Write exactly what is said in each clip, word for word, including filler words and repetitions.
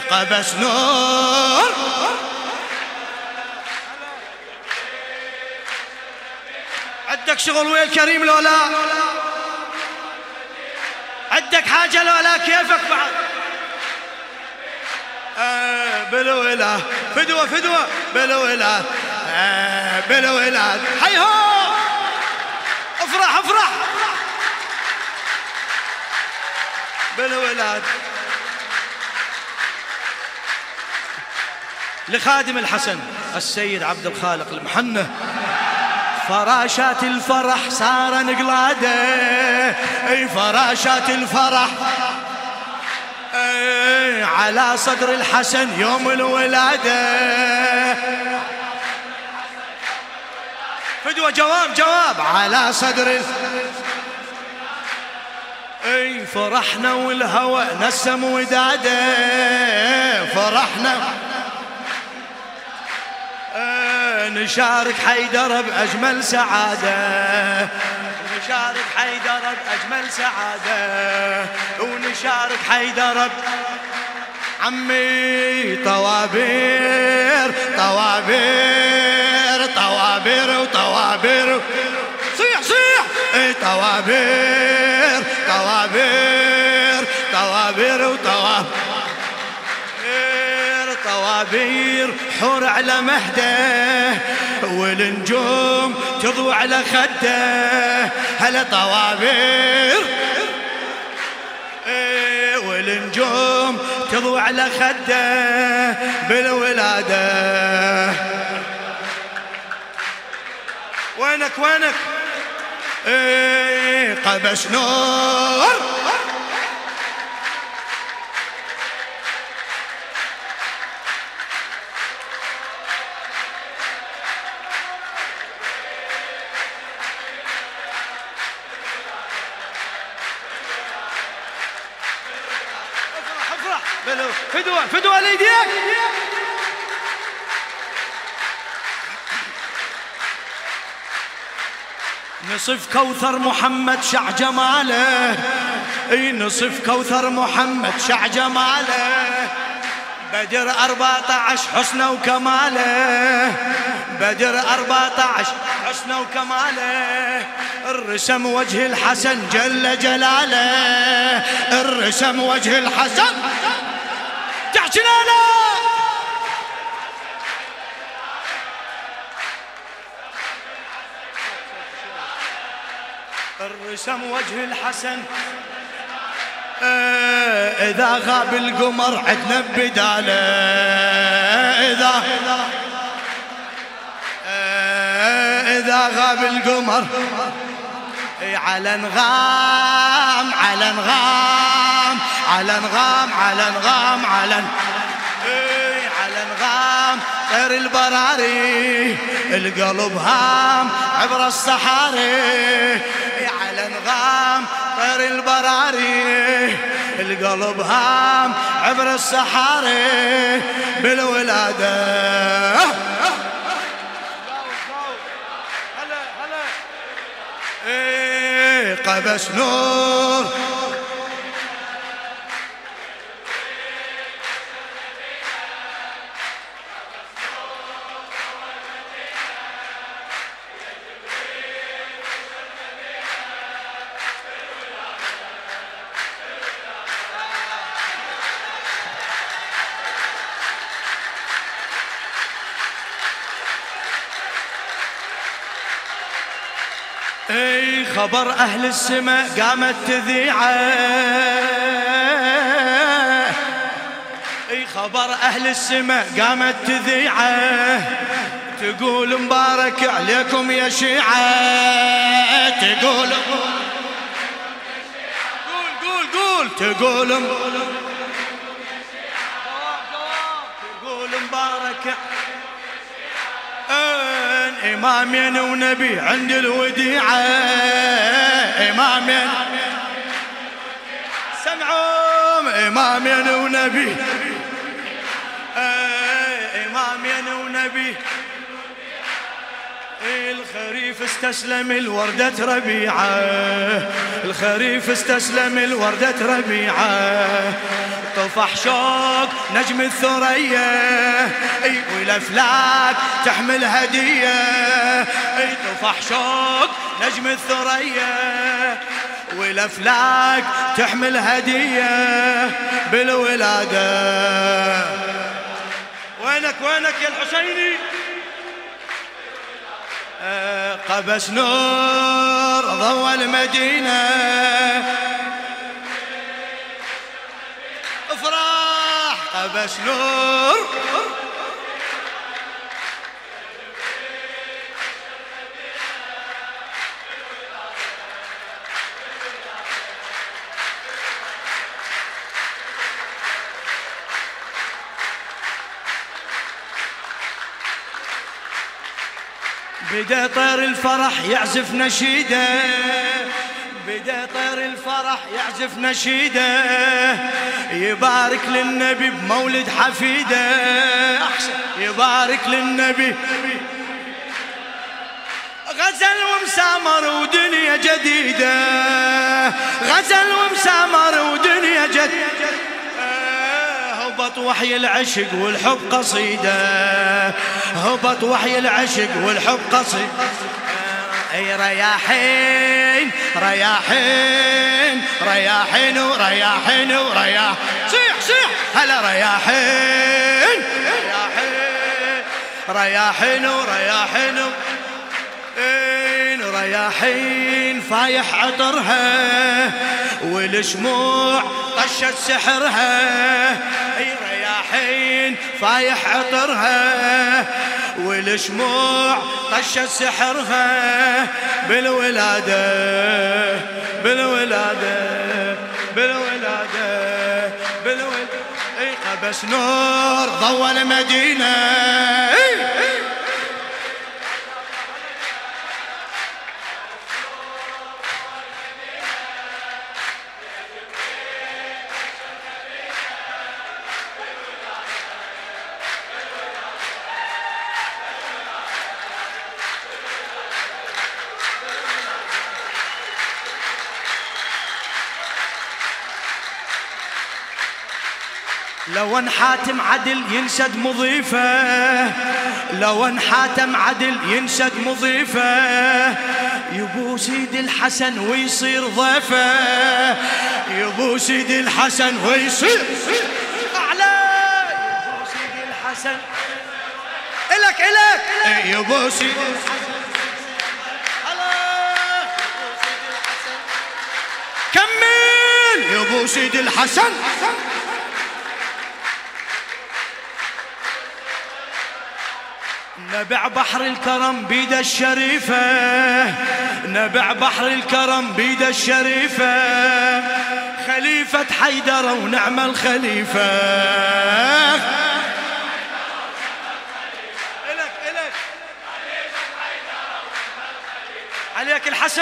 قبس نور. عندك شغل ويا الكريم لولا؟ عندك حاجة لولا؟ كيفك بعد؟ آه بالولاد فدوة فدوة بالولاد آه بالولاد حيهو افرح افرح بالولاد. لخادم الحسن السيد عبد الخالق المحنة. فراشات الفرح صار نقلاده، اي فراشات الفرح اي على صدر الحسن يوم الولادة. فدوة جواب جواب على صدر اي فرحنا والهوى نسم وداده. فرحنا نشارك حيدر بأجمل سعادة، نشارك حيدر بأجمل سعادة، ونشارك حيدر عمي طوابير طوابير طوابير وطوابير. صيح صيح اي طوابير طوابير طوابير وطوابير طوابير. حور على مهده والنجوم تضوي على خده. هلا طوابير والنجوم تضوي على خده بالولادة. وينك وينك ايه قبس نور. فدوة فدوة ليديك. نصف كوثر محمد شع جماله، اي نصف كوثر محمد شع جماله. بدر أربعة عشر حسنه وكماله، بدر أربعة عشر حسنه وكماله. الرسم وجه الحسن جل جلاله، الرسم وجه الحسن جلاله. الرسم وجه الحسن آه إذا غاب القمر عدنا بداله. إذا آه إذا غاب القمر على نغام على نغام على نغام على نغام على على نغام. طير البراري القلب هام عبر الصحاري. على نغام طير البراري القلب هام عبر الصحاري بالولادة. هلا هلا ايه قبس نور. اي خبر اهل السماء قامت تذيعه، اي خبر اهل السماء قامت تذيعه. تقول مبارك عليكم يا شيعة، تقول قول قول قول تقول تقول مبارك إمامين ونبي عند الوديعة. إمامين سمعهم إمامين ونبي إمامين ونبي. الخريف استسلم الوردة ربيعة، الخريف استسلم الوردة ربيعة. طفح شوق نجم الثريا اي والافلاك تحمل هديه اي طفح شوق نجم الثريا والافلاك تحمل هديه بالولاده. وينك وينك يا الحسيني؟ قبس نور ضوى المدينة افرح قبس نور بدا طير الفرح يعزف نشيده بدا طير الفرح يعزف نشيده يبارك للنبي بمولد حفيده يبارك للنبي غزل ومسامر ودنيا جديده غزل ومسامر ودنيا جديده هبط وحي العشق والحب قصيده هبط وحي العشق والحب قصيده اي رياحين رياحين رياحين ورياحين ورياح صيح صيح هلا رياحين رياحين رياحين ورياحين رياحين فايح عطرها والشموع طشت سحرها اي رياحين فايح عطرها والشموع طشت سحرها بالولادة بالولادة بالولادة بالولادة اي قبس نور ضوى المدينة لو ان حاتم عدل ينشد مضيفه لو ان حاتم عدل ينشد مضيفه يبو سيد الحسن ويصير ضيفه يبو سيد الحسن ويصير اعلى يبو سيد الحسن الك الك يبو سيد الحسن كمل يبو سيد الحسن نبع بحر الكرم بيده الشريفة نبع بحر الكرم بيده الشريفة خليفة حيدر ونعم الخليفة إلك إلك عليك الحسن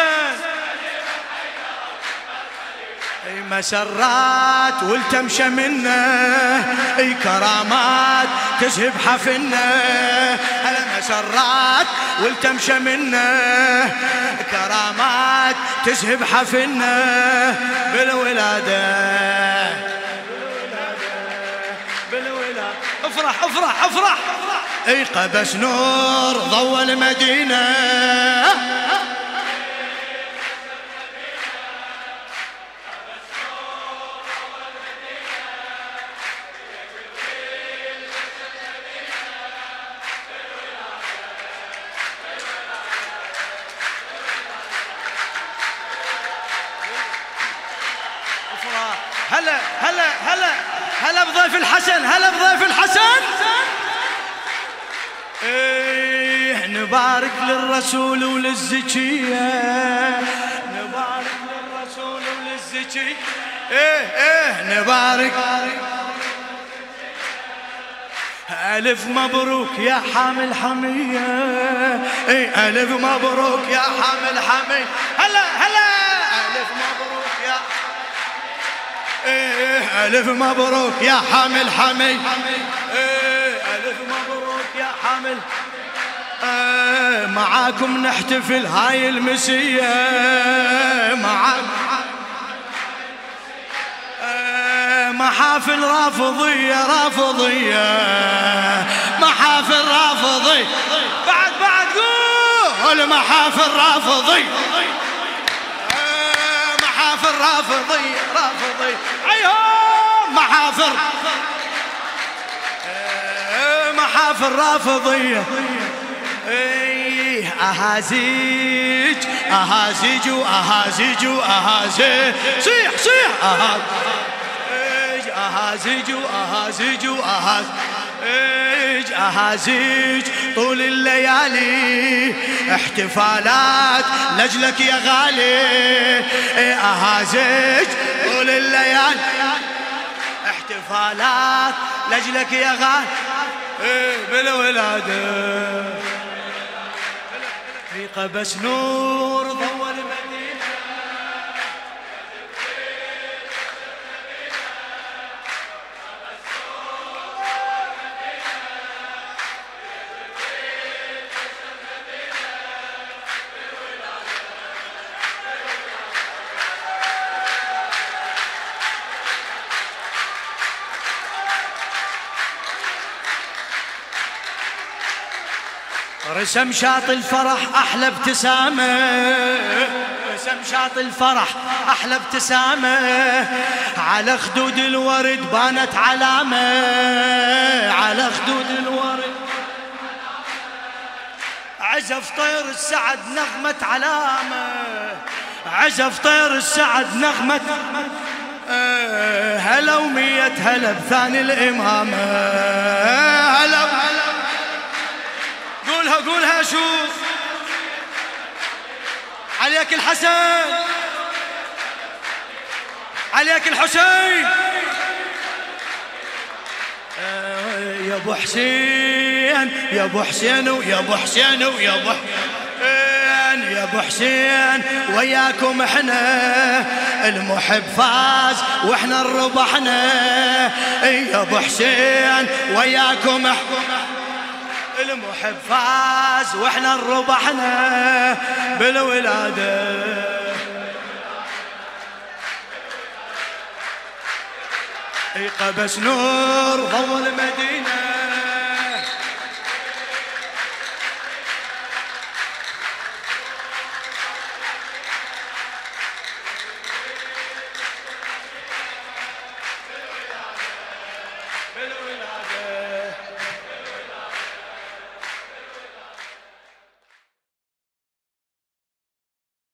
اي مسرات والتمشى منه اي كرامات تذهب حفنه هلا مسرات والتمشى منه كرامات تذهب حفنه بالولاده بالولاده افرح افرح افرح اي قبس نور ضوى المدينه هلا هلا هلا هلا بضيف الحسن هلا بضيف الحسن ايه نبارك للرسول وللزكية نبارك للرسول وللزكية ايه ايه نبارك ألف مبروك يا حامل حمية ايه ألف مبروك يا حامل حمية هلا هلا ألف مبروك يا ايه ألف مبروك يا حامل حمي ايه ألف مبروك يا حامل ايه معاكم نحتفل هاي المسية معاكم ايه محافل رافضية رافضية محافل رافضية بعد بعد قول محافل رافضية محافل رافضية رافضية أيهم محافل محافل رافضية أهازيج أهازيج أهازيج أهازيج صيح صيح أهازيج أهازيج أهازيج أهازيج أهازيج طول الليالي احتفالات لجلك يا غالي أهازيج طول الليالي احتفالات لجلك يا غالي بالولادة في قبس نور ضوى المدينة رسم شاط الفرح أحلى ابتسامة رسم شاط الفرح أحلى ابتسامة على خدود الورد بانت علامة على خدود الورد عزف طير السعد نغمة علامة عزف طير السعد نغمة هلا ومية هلا بثاني الإمامة هلا هلا قولها قولها شوف عليك الحسن عليك الحسين يا ابو حسين يا ابو حسين ويا ابو حسين ويا ابو حسين يا ابو حسين وياكم احنا المحب فاز واحنا الربحنا يا ابو حسين وياكم احنا المحب فاز واحنا ربحنا بالولادة قبس نور ضوى المدينة